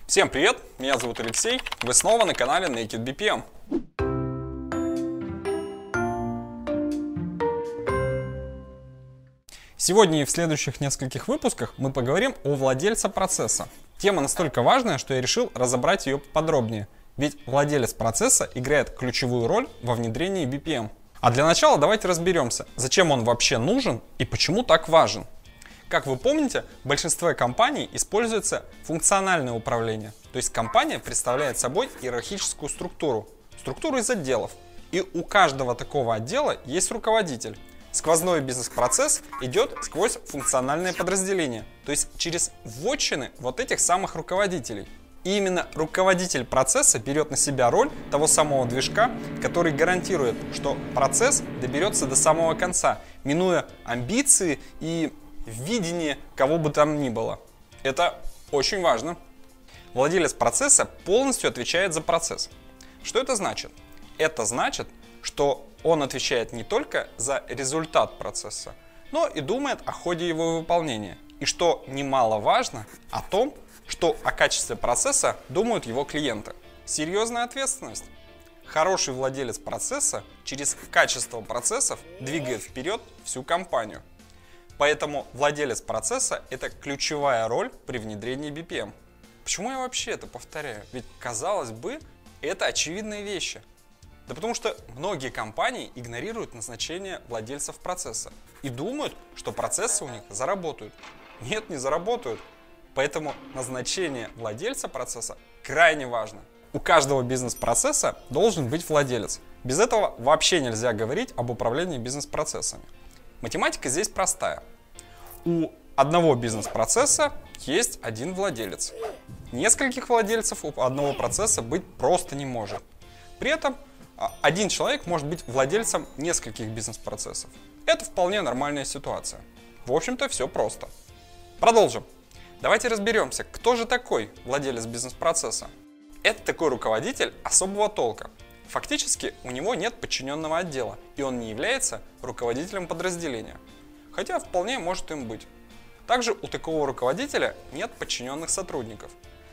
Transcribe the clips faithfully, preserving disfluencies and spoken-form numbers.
Всем привет, меня зовут Алексей, вы снова на канале Naked би пи эм. Сегодня и в следующих нескольких выпусках мы поговорим о владельце процесса. Тема настолько важная, что я решил разобрать ее подробнее, ведь владелец процесса играет ключевую роль во внедрении би пи эм. А для начала давайте разберемся, зачем он вообще нужен и почему так важен. Как вы помните, в большинстве компаний используется функциональное управление. То есть компания представляет собой иерархическую структуру, структуру из отделов. И у каждого такого отдела есть руководитель. Сквозной бизнес-процесс идет сквозь функциональное подразделение, то есть через вотчины вот этих самых руководителей. И именно руководитель процесса берет на себя роль того самого движка, который гарантирует, что процесс доберется до самого конца, минуя амбиции и видение кого бы там ни было. Это очень важно. Владелец процесса полностью отвечает за процесс. Что это значит? Это значит, что он отвечает не только за результат процесса, но и думает о ходе его выполнения. И что немаловажно, о том, что о качестве процесса думают его клиенты. Серьезная ответственность. Хороший владелец процесса через качество процессов двигает вперед всю компанию. Поэтому владелец процесса – это ключевая роль при внедрении би пи эм. Почему я вообще это повторяю? Ведь, казалось бы, это очевидные вещи. Да потому что многие компании игнорируют назначение владельцев процесса и думают, что процессы у них заработают. Нет, не заработают. Поэтому назначение владельца процесса крайне важно. У каждого бизнес-процесса должен быть владелец. Без этого вообще нельзя говорить об управлении бизнес-процессами. Математика здесь простая. У одного бизнес-процесса есть один владелец. Нескольких владельцев у одного процесса быть просто не может. При этом один человек может быть владельцем нескольких бизнес-процессов. Это вполне нормальная ситуация. В общем-то, все просто. Продолжим. Давайте разберемся, кто же такой владелец бизнес-процесса. Это такой руководитель особого толка. Фактически у него нет подчиненного отдела, и он не является руководителем подразделения, хотя вполне может им быть. Также у такого руководителя нет подчиненных сотрудников.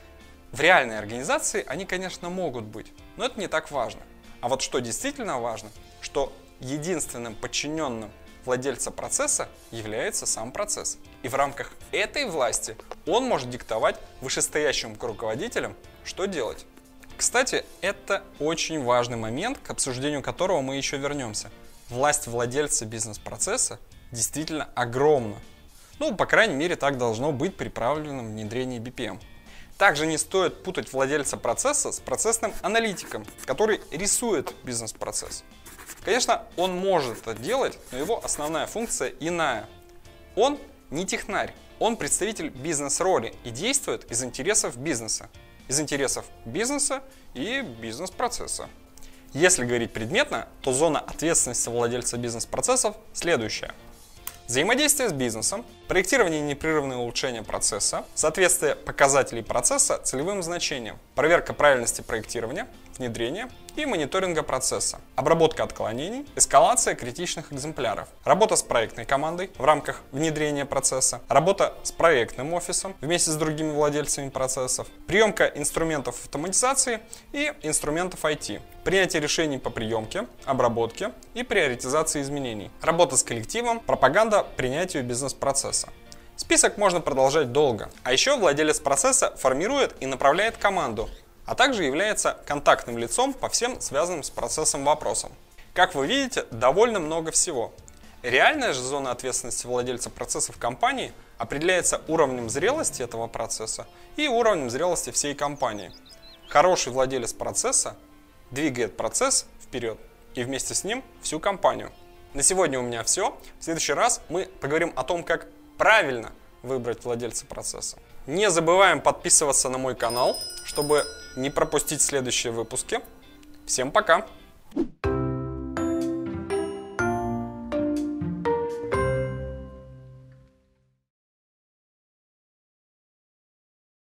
В реальной организации они, конечно, могут быть, но это не так важно. А вот что действительно важно, что единственным подчиненным владельца процесса является сам процесс. И в рамках этой власти он может диктовать вышестоящим руководителям, что делать. Кстати, это очень важный момент, к обсуждению которого мы еще вернемся. Власть владельца бизнес-процесса действительно огромна. Ну, по крайней мере, так должно быть при правильном внедрении би пи эм. Также не стоит путать владельца процесса с процессным аналитиком, который рисует бизнес-процесс. Конечно, он может это делать, но его основная функция иная. Он не технарь, он представитель бизнес-роли и действует из интересов бизнеса. Из интересов бизнеса и бизнес-процесса. Если говорить предметно, то зона ответственности владельца бизнес-процессов следующая. Взаимодействие с бизнесом, проектирование и непрерывное улучшение процесса, соответствие показателей процесса целевым значениям, проверка правильности проектирования, внедрения и мониторинга процесса, обработка отклонений, эскалация критичных экземпляров, работа с проектной командой в рамках внедрения процесса, работа с проектным офисом вместе с другими владельцами процессов, приемка инструментов автоматизации и инструментов ай ти, принятие решений по приемке, обработке и приоритизации изменений, работа с коллективом, пропаганда принятию бизнес-процесса. Список можно продолжать долго. А еще владелец процесса формирует и направляет команду, а также является контактным лицом по всем связанным с процессом вопросам. Как вы видите, довольно много всего. Реальная же зона ответственности владельца процесса в компании определяется уровнем зрелости этого процесса и уровнем зрелости всей компании. Хороший владелец процесса двигает процесс вперед и вместе с ним всю компанию. На сегодня у меня все. В следующий раз мы поговорим о том, как правильно выбрать владельца процесса. Не забываем подписываться на мой канал, чтобы не пропустить следующие выпуски. Всем пока!